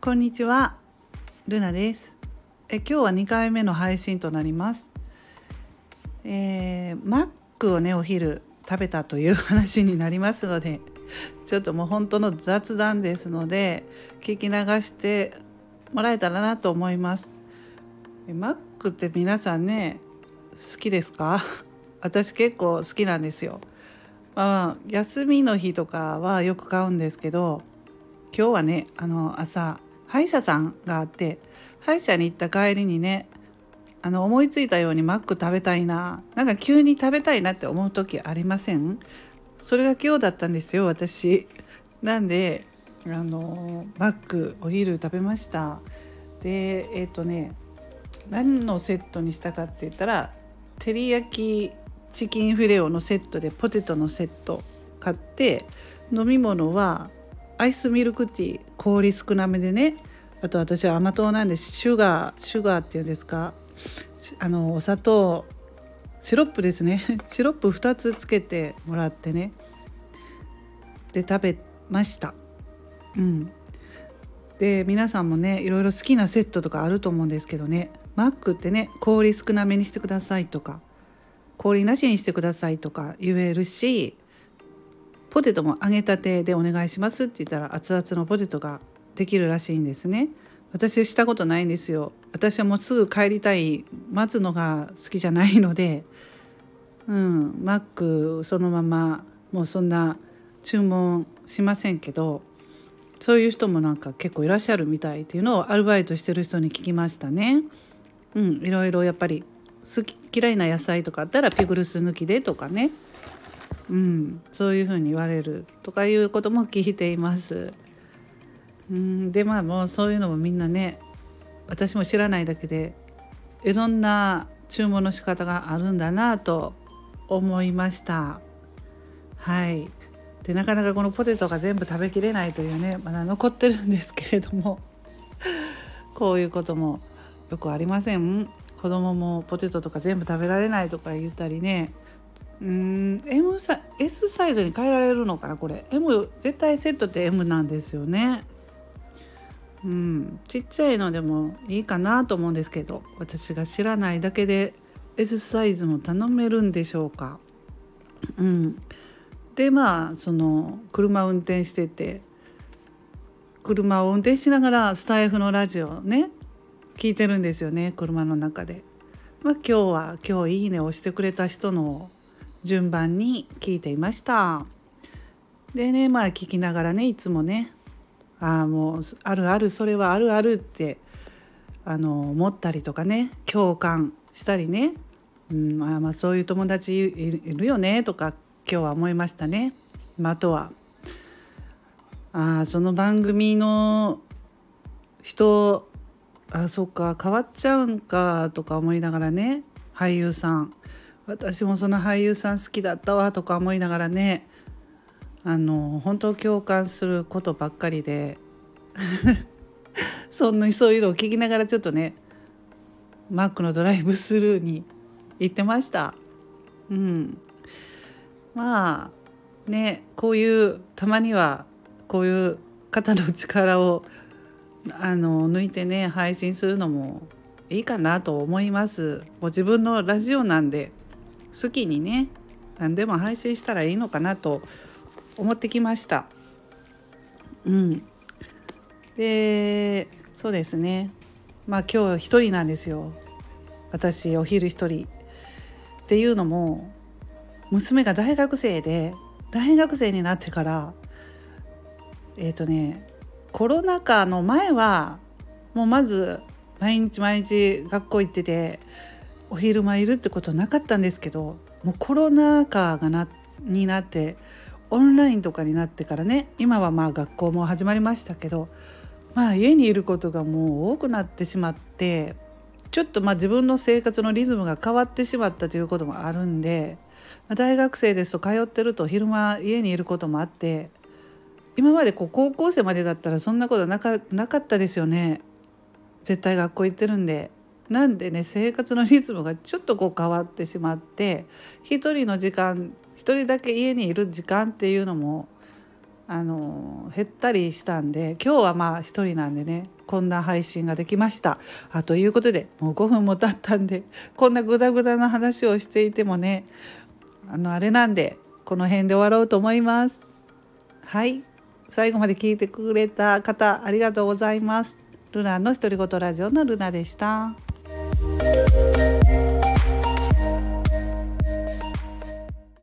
こんにちは、ルナです。今日は2回目の配信となります。マックをねお昼食べたという話になりますので、ちょっともう本当の雑談ですので聞き流してもらえたらなと思います。マックって皆さんね好きですか？私結構好きなんですよ。休みの日とかはよく買うんですけど、今日はね朝歯医者さんがあって、歯医者に行った帰りにね思いついたようにマック食べたいな、なんか急に食べたいなって思う時ありません？それが今日だったんですよ、私。なんでマックお昼食べました。で何のセットにしたかって言ったら、照り焼きチキンフィレオのセットでポテトのセット買って、飲み物はアイスミルクティー、氷少なめでね、あと私は甘党なんでシュガーっていうんですか、お砂糖シロップですねシロップ2つつけてもらってね、で食べました。で皆さんもねいろいろ好きなセットとかあると思うんですけどね、マックってね氷少なめにしてくださいとか氷なしにしてくださいとか言えるし、ポテトも揚げたてでお願いしますって言ったら熱々のポテトができるらしいんですね。私したことないんですよ。私はもうすぐ帰りたい、待つのが好きじゃないので、マックそのままもうそんな注文しませんけど、そういう人もなんか結構いらっしゃるみたいっていうのをアルバイトしてる人に聞きましたね。いろいろやっぱり好き嫌いな野菜とかあったらピクルス抜きでとかね、そういうふうに言われるとかいうことも聞いています。でもうそういうのもみんなね、私も知らないだけでいろんな注文の仕方があるんだなと思いました。はい。でなかなかこのポテトが全部食べきれないというね、まだ残ってるんですけれどもこういうこともよくありません？子供もポテトとか全部食べられないとか言ったりね。S サイズに変えられるのかな、これ M、 絶対セットって M なんですよね。ちっちゃいのでもいいかなと思うんですけど、私が知らないだけで S サイズも頼めるんでしょうか。でその車を運転してて、車を運転しながらスタイフのラジオをね聞いてるんですよね、車の中で。今日いいねをしてくれた人の順番に聞いていました。でね聞きながらね、いつもねもうあるある、それはあるあるって思ったりとかね、共感したりね、そういう友達いるよねとか今日は思いましたね。あとはその番組の人、そっか変わっちゃうんかとか思いながらね、俳優さん、私もその俳優さん好きだったわとか思いながらね、本当共感することばっかりでそういうのを聞きながらちょっとねマックのドライブスルーに行ってました。こういうたまにはこういう肩の力を抜いてね配信するのもいいかなと思います。もう自分のラジオなんで好きにね何でも配信したらいいのかなと思ってきました。でそうですね、今日一人なんですよ、私お昼一人っていうのも、娘が大学生になってからコロナ禍の前はもうまず毎日学校行っててお昼間いるってことなかったんですけど、もうコロナ禍になってオンラインとかになってからね、今は学校も始まりましたけど、家にいることがもう多くなってしまって、ちょっと自分の生活のリズムが変わってしまったということもあるんで、大学生ですと通ってると昼間家にいることもあって、今まで高校生までだったらそんなことなかったですよね。絶対学校行ってるんで。なんでね生活のリズムがちょっと変わってしまって、一人だけ家にいる時間っていうのも減ったりしたんで、今日はまあ一人なんでね、こんな配信ができました。ということでもう5分も経ったんで、こんなグダグダな話をしていてもね、あれなんでこの辺で終わろうと思います。はい、最後まで聞いてくれた方ありがとうございます。ルナの独り言ラジオのルナでした。